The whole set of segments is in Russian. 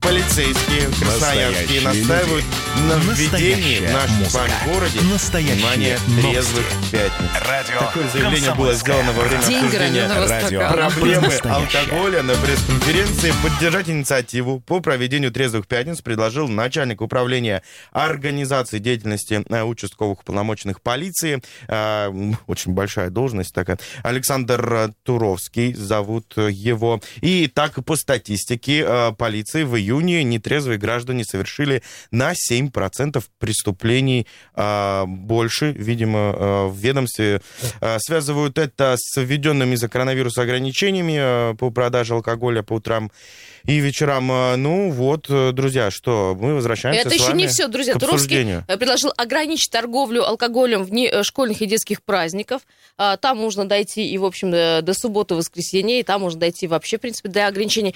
Полицейские красноярские настаивают на введении в нашем с вами городе, внимание, трезвых пятниц. Такое заявление было сделано во время обсуждения проблемы алкоголя на пресс-конференции. Поддержать инициативу по проведению трезвых пятниц предложил начальник управления организации деятельности участковых уполномоченных полиции. Очень большая должность такая. Александр Туровский зовут его. И так, по статистике полиции, в июне нетрезвые граждане совершили на 7% преступлений больше. Видимо, в ведомстве связывают это с введенными из-за коронавируса ограничениями по продаже алкоголя по утрам и вечерам. Ну вот, друзья, что, мы возвращаемся это с вами еще не все, друзья. к Туровский предложил ограничить торговлю алкоголем вне школьных и детских праздников. Там можно дойти и, в общем, до субботы-воскресенья, и там можно дойти вообще, в принципе, до ограничений.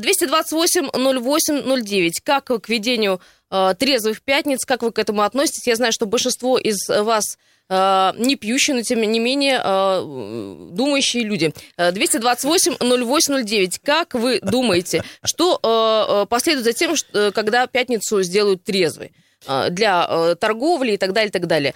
228-08-09. Как к ведению трезвых пятниц, как вы к этому относитесь? Я знаю, что большинство из вас не пьющие, но, тем не менее, думающие люди. 228-08-09. Как вы думаете, что последует за тем, когда пятницу сделают трезвой? Для торговли и так далее, и так далее.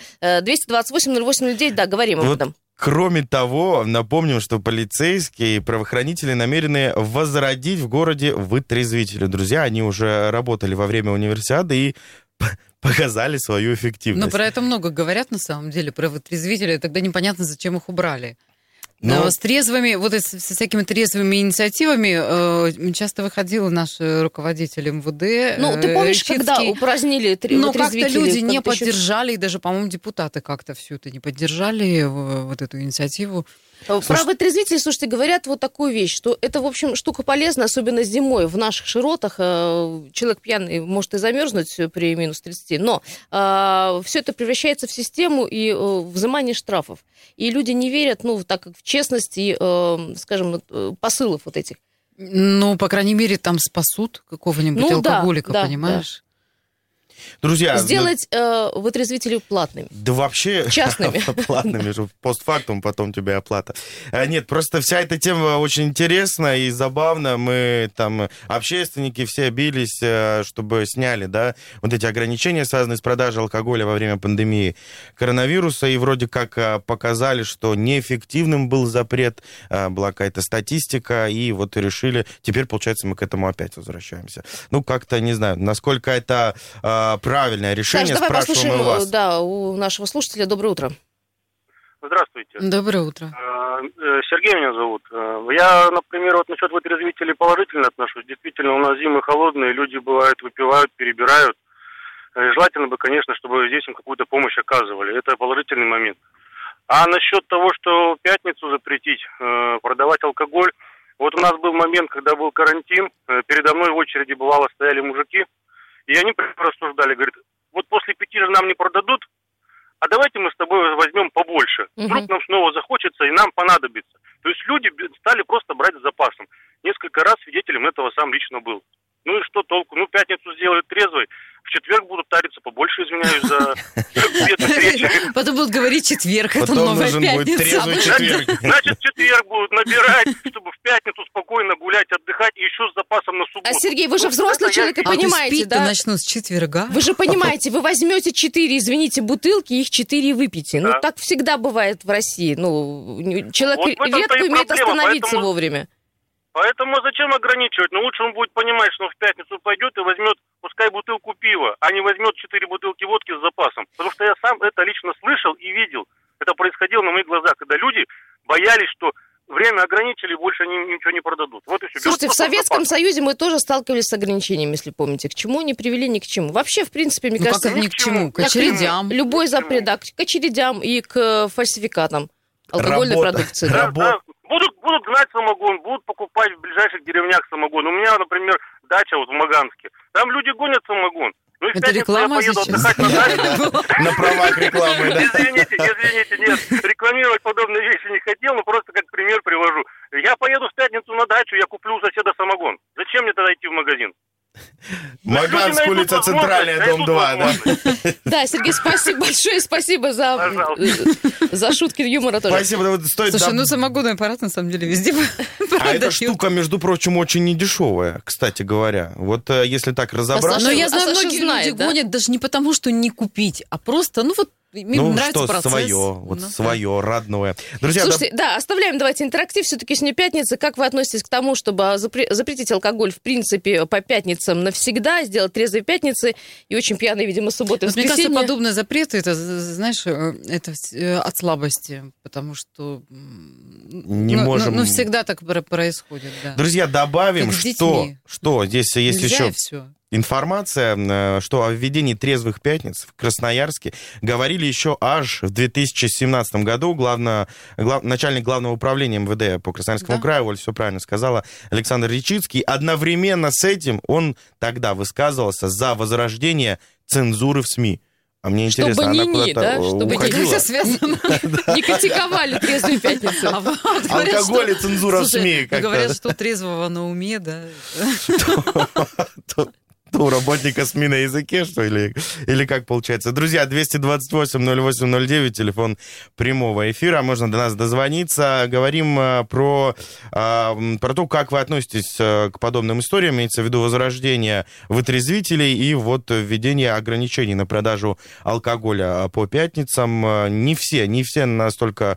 228-08-09, да, говорим об этом. Кроме того, напомним, что полицейские и правоохранители намерены возродить в городе вытрезвители. Друзья, они уже работали во время универсиады и показали свою эффективность. Но про это много говорят, на самом деле, про вытрезвители. Тогда непонятно, зачем их убрали. Но с трезвыми, вот со всякими трезвыми инициативами часто выходил наш руководитель МВД. Ну, ты помнишь, Речицкий, когда упразднили но как-то люди не как-то поддержали, и даже, по-моему, депутаты как-то все это не поддержали, вот эту инициативу. Про вытрезвители, слушайте, говорят вот такую вещь, что это, в общем, штука полезная, особенно зимой в наших широтах. Человек пьяный может и замерзнуть при минус 30, но все это превращается в систему и взимание штрафов. И люди не верят, ну, так как в честность и, скажем, посылов вот этих. Ну, по крайней мере, там спасут какого-нибудь алкоголика, понимаешь? Да. Друзья, сделать вытрезвители платными. Да вообще... Частными. Платными же, постфактум потом тебе оплата. Нет, просто вся эта тема очень интересна и забавна. Мы там, общественники все бились, чтобы сняли, да, вот эти ограничения, связанные с продажей алкоголя во время пандемии коронавируса, и вроде как показали, что неэффективным был запрет, была какая-то статистика, и вот решили... Теперь, получается, мы к этому опять возвращаемся. Ну, как-то, не знаю, насколько это... правильное решение, Саш, давай спрашиваем послушаем, у вас. Да, у нашего слушателя. Доброе утро. Здравствуйте. Доброе утро. Сергей меня зовут. Я, например, вот насчет вытрезвителей положительно отношусь. Действительно, у нас зимы холодные, люди бывают, выпивают, перебирают. Желательно бы, конечно, чтобы здесь им какую-то помощь оказывали. Это положительный момент. А насчет того, что в пятницу запретить продавать алкоголь, вот у нас был момент, когда был карантин, передо мной в очереди, бывало, стояли мужики, и они рассуждали, говорят, вот после 5 же нам не продадут, а давайте мы с тобой возьмем побольше. Вдруг нам снова захочется и нам понадобится. То есть люди стали просто брать с запасом. Несколько раз свидетелем этого сам лично был. Ну и что толку? Ну, пятницу сделают трезвой, в четверг будут тариться побольше, извиняюсь за бедных речи. Потом будут говорить четверг, это новая пятница. Значит, в четверг будут набирать, чтобы в пятницу спокойно гулять, отдыхать, и еще с запасом на субботу. А, Сергей, вы же взрослый человек и понимаете, да? начнут с четверга. Вы же понимаете, вы возьмете 4, извините, бутылки, их 4 выпьете. Ну, так всегда бывает в России. Ну, человек редко умеет остановиться вовремя. Поэтому зачем ограничивать? Ну, лучше он будет понимать, что он в пятницу пойдет и возьмет, пускай бутылку пива, а не возьмет 4 бутылки водки с запасом. Потому что я сам это лично слышал и видел. Это происходило на моих глазах, когда люди боялись, что время ограничили, больше они ничего не продадут. Вот и все. Слушайте, в Советском Союзе мы тоже сталкивались с ограничениями, если помните. К чему они привели, ни к чему. Вообще, в принципе, мне кажется... Как ни к чему? К очередям. Любой запрет, да, к очередям и к фальсификатам алкогольной продукции. Да. Будут гнать самогон, будут покупать в ближайших деревнях самогон. У меня, например, дача вот в Маганске. Там люди гонят самогон. Ну и в пятницу я поеду отдыхать на дачу. На правах рекламы, да? Извините, нет. Рекламировать подобные вещи не хотел, но просто как пример привожу. Я поеду в пятницу на дачу, я куплю у соседа самогон. Зачем мне тогда идти в магазин? Маганск, улица Центральная, дом 2, да? Да, Сергей, спасибо большое, спасибо за шутки юмора тоже. Спасибо. Слушай, самогонный аппарат на самом деле везде продают. А эта штука, между прочим, очень недешевая, кстати говоря. Вот если так разобраться... Но я знаю, многие люди гонят даже не потому, что не купить, а просто, им нравится процесс. Свое, родное. Друзья, слушайте, оставляем, давайте, интерактив. Все-таки сегодня пятница. Как вы относитесь к тому, чтобы запретить алкоголь, в принципе, по пятницам навсегда, сделать трезвые пятницы и очень пьяные, видимо, субботы и воскресенье? Мне кажется, подобные запреты, это, знаешь, это от слабости, потому что не можем... всегда так происходит, да. Друзья, добавим, что здесь есть еще... Информация, что о введении трезвых пятниц в Красноярске говорили еще аж в 2017 году. Начальник главного управления МВД по Красноярскому краю, Оль все правильно сказала, Александр Речицкий. Одновременно с этим он тогда высказывался за возрождение цензуры в СМИ. А мне интересно, чтобы она куда-то уходила? Как связано? Не критиковали трезвую пятницу. Алкоголь и цензура в СМИ. Говорят, что трезвого на уме, да. У работника СМИ на языке, что ли? Или как получается? Друзья, 228-08-09, телефон прямого эфира. Можно до нас дозвониться. Говорим про то, как вы относитесь к подобным историям. Имеется в виду возрождение вытрезвителей и вот введение ограничений на продажу алкоголя по пятницам. Не все настолько,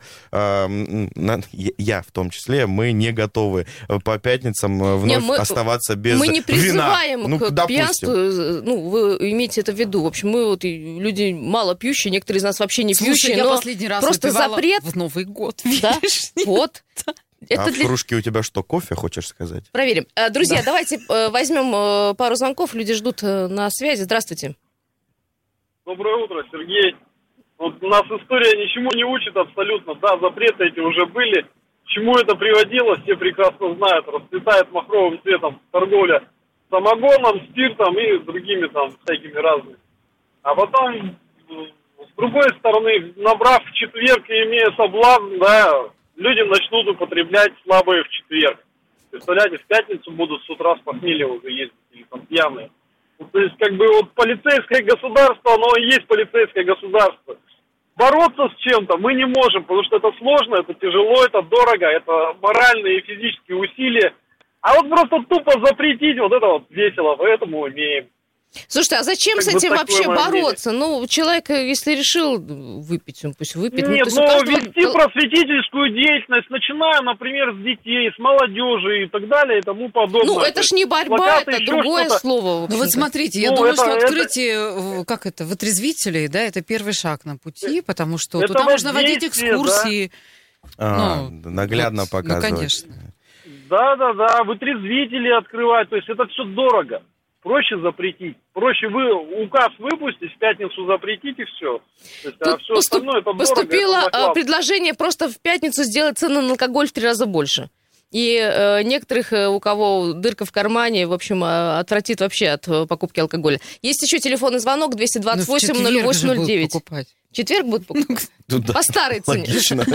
я в том числе, мы не готовы по пятницам вновь оставаться без вина. Мы не призываем к пьянству. Вы имеете это в виду. В общем, мы люди мало пьющие, некоторые из нас вообще не пьющие, я но последний раз просто запрет в Новый год. Да? Вот. В кружке у тебя что, кофе, хочешь сказать? Проверим. Друзья, давайте возьмем пару звонков. Люди ждут на связи. Здравствуйте. Доброе утро, Сергей. Вот нас история ничему не учит абсолютно. Да, запреты эти уже были. К чему это приводило, все прекрасно знают. Расцветает махровым цветом торговля самогоном, спиртом и другими там всякими разными. А потом, с другой стороны, набрав в четверг и имея соблазн, люди начнут употреблять слабые в четверг. Представляете, в пятницу будут с утра с похмелья уже ездить или там пьяные. То есть, полицейское государство, оно и есть полицейское государство. Бороться с чем-то мы не можем, потому что это сложно, это тяжело, это дорого, это моральные и физические усилия. А вот просто тупо запретить, это весело, поэтому умеем. Слушайте, а зачем с этим вообще бороться? Человек, если решил выпить, он пусть выпьет. Нет, вести просветительскую деятельность, начиная, например, с детей, с молодежи и так далее и тому подобное. Это ж не борьба, это другое слово. Вот смотрите, я думаю, что открытие, вытрезвителей, это первый шаг на пути, потому что туда можно водить экскурсии. Наглядно показывать. Конечно. Да, вытрезвители открывать, то есть это все дорого. Проще запретить. Проще указ выпустить, в пятницу запретить и все. А все остальное это поступило дорого. Поступило предложение просто в пятницу сделать цены на алкоголь в 3 раза больше. И некоторых, у кого дырка в кармане, в общем, отвратит вообще от покупки алкоголя. Есть еще телефонный звонок 228-08-09. В четверг будут покупать? По старой цене.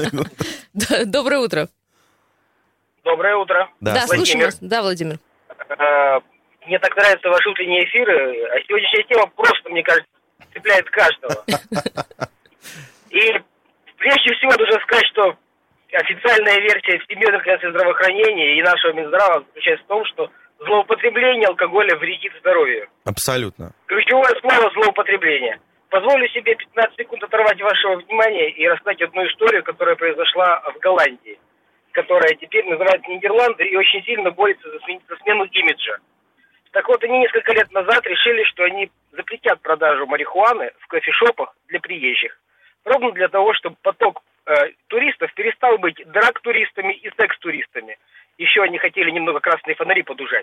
Доброе утро. Доброе утро. Да, слушаем вас. Да, Владимир. Мне так нравятся ваши утренние эфиры, а сегодняшняя тема просто, мне кажется, цепляет каждого. И прежде всего нужно сказать, что официальная версия Всемирной организации здравоохранения и нашего Минздрава заключается в том, что злоупотребление алкоголя вредит здоровью. Абсолютно. Ключевое слово злоупотребление. Позволю себе 15 секунд оторвать вашего внимания и рассказать одну историю, которая произошла в Голландии, которая теперь называется Нидерланды и очень сильно борется за смену имиджа. Так вот, они несколько лет назад решили, что они запретят продажу марихуаны в кофешопах для приезжих. Ровно для того, чтобы поток туристов перестал быть драг-туристами и секс-туристами. Еще они хотели немного красные фонари подужать.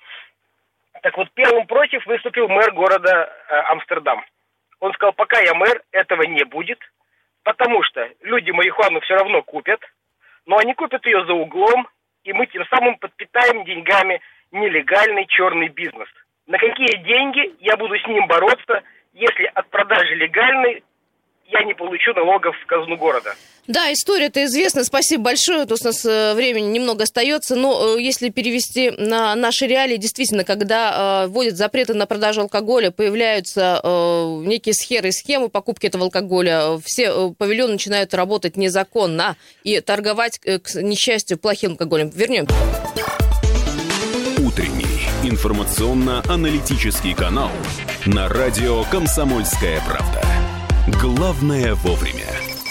Так вот, первым против выступил мэр города Амстердам. Он сказал, пока я мэр, этого не будет, потому что люди марихуану все равно купят, но они купят ее за углом, и мы тем самым подпитаем деньгами нелегальный черный бизнес. На какие деньги я буду с ним бороться, если от продажи легальной я не получу налогов в казну города. Да, история-то известна. Спасибо большое. То есть у нас времени немного остается. Но если перевести на наши реалии, действительно, когда вводят запреты на продажу алкоголя, появляются некие схемы покупки этого алкоголя, все павильоны начинают работать незаконно и торговать, к несчастью, плохим алкоголем. Вернемся. Утренний информационно-аналитический канал на радио «Комсомольская правда». Главное вовремя.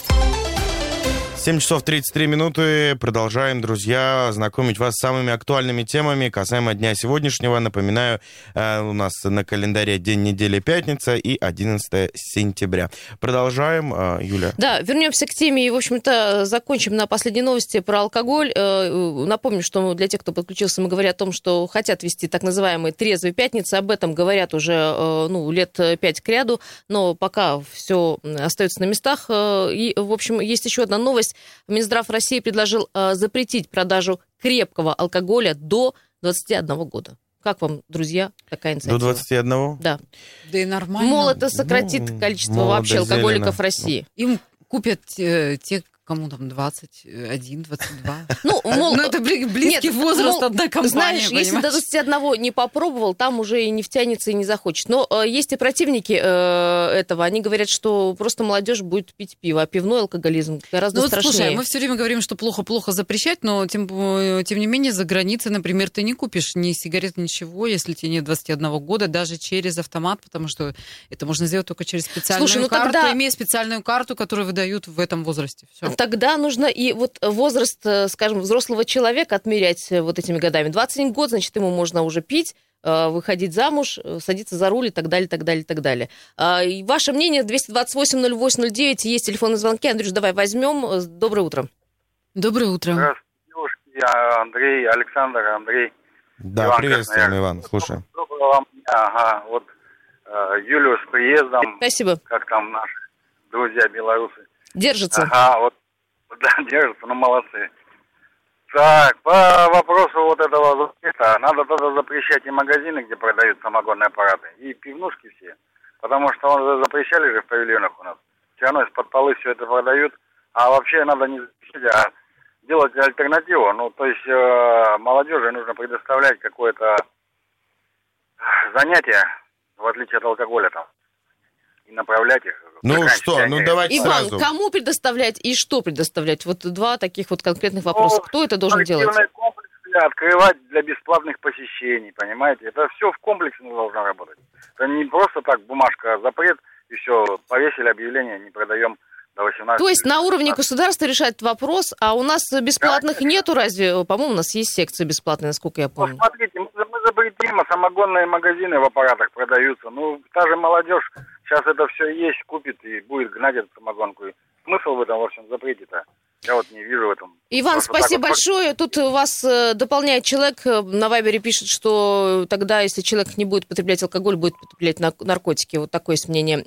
7 часов 33 минуты. Продолжаем, друзья, знакомить вас с самыми актуальными темами касаемо дня сегодняшнего. Напоминаю, у нас на календаре день недели пятница и 11 сентября. Продолжаем, Юля. Да, вернемся к теме и, в общем-то, закончим на последней новости про алкоголь. Напомню, что для тех, кто подключился, мы говорим о том, что хотят вести так называемые трезвые пятницы. Об этом говорят уже лет 5 кряду, но пока все остается на местах. И, в общем, есть еще одна новость. Минздрав России предложил запретить продажу крепкого алкоголя до 21 года. Как вам, друзья, такая инициатива? До 21? Да. Да и нормально. Мол, это сократит количество вообще алкоголиков в России. Им купят те, кому там 21, 22. Ну, это близкий возраст одна компания, знаешь, если до 21 не попробовал, там уже и не втянется, и не захочет. Но есть и противники этого. Они говорят, что просто молодежь будет пить пиво, а пивной алкоголизм гораздо страшнее. Слушай, мы все время говорим, что плохо запрещать, но тем не менее за границей, например, ты не купишь ни сигарет, ничего, если тебе нет 21 года, даже через автомат, потому что это можно сделать только через специальную карту, имея специальную карту, которую выдают в этом возрасте. Все. Тогда нужно и вот возраст, скажем, взрослого человека отмерять вот этими годами. 21 год, значит, ему можно уже пить, выходить замуж, садиться за руль и так далее, так далее, так далее. И ваше мнение 228-08-09, есть телефонные звонки. Андрюш, давай возьмем. Доброе утро. Доброе утро. Здравствуйте, девушки. Я Андрей, Александр, Андрей. Да, Иван, приветствуем, Иван, слушаем. Доброго вам дня. Ага, вот Юлю с приездом. Спасибо. Как там наши друзья белорусы. Держится. Ага, вот. Да, держатся, ну молодцы. Так, по вопросу вот этого запрета, надо тогда запрещать и магазины, где продают самогонные аппараты, и пивнушки все. Потому что запрещали же в павильонах у нас. Все равно из-под полы все это продают. А вообще надо не запрещать, а делать альтернативу. Ну, то есть молодежи нужно предоставлять какое-то занятие, в отличие от алкоголя там, и направлять их. Ну что, давайте Иван, сразу. кому предоставлять и что предоставлять? Вот два таких вот конкретных вопроса. Кто это должен делать? Комплексы открывать для бесплатных посещений, понимаете? Это все в комплексе должно работать. Это не просто так бумажка запрет, и все, повесили объявление, не продаем до 18. То есть на уровне государства решать вопрос, а у нас бесплатных нету разве? По-моему, у нас есть секция бесплатная, насколько я помню. Ну, смотрите, мы запретим, а самогонные магазины в аппаратах продаются. Ну, та же молодежь сейчас это все есть, купит и будет гнать эту самогонку. И смысл в этом, в общем, запрете-то? Я вот не вижу в этом. Иван, спасибо большое. Тут вас дополняет человек, на Вайбере пишет, что тогда, если человек не будет потреблять алкоголь, будет потреблять наркотики. Вот такое есть мнение.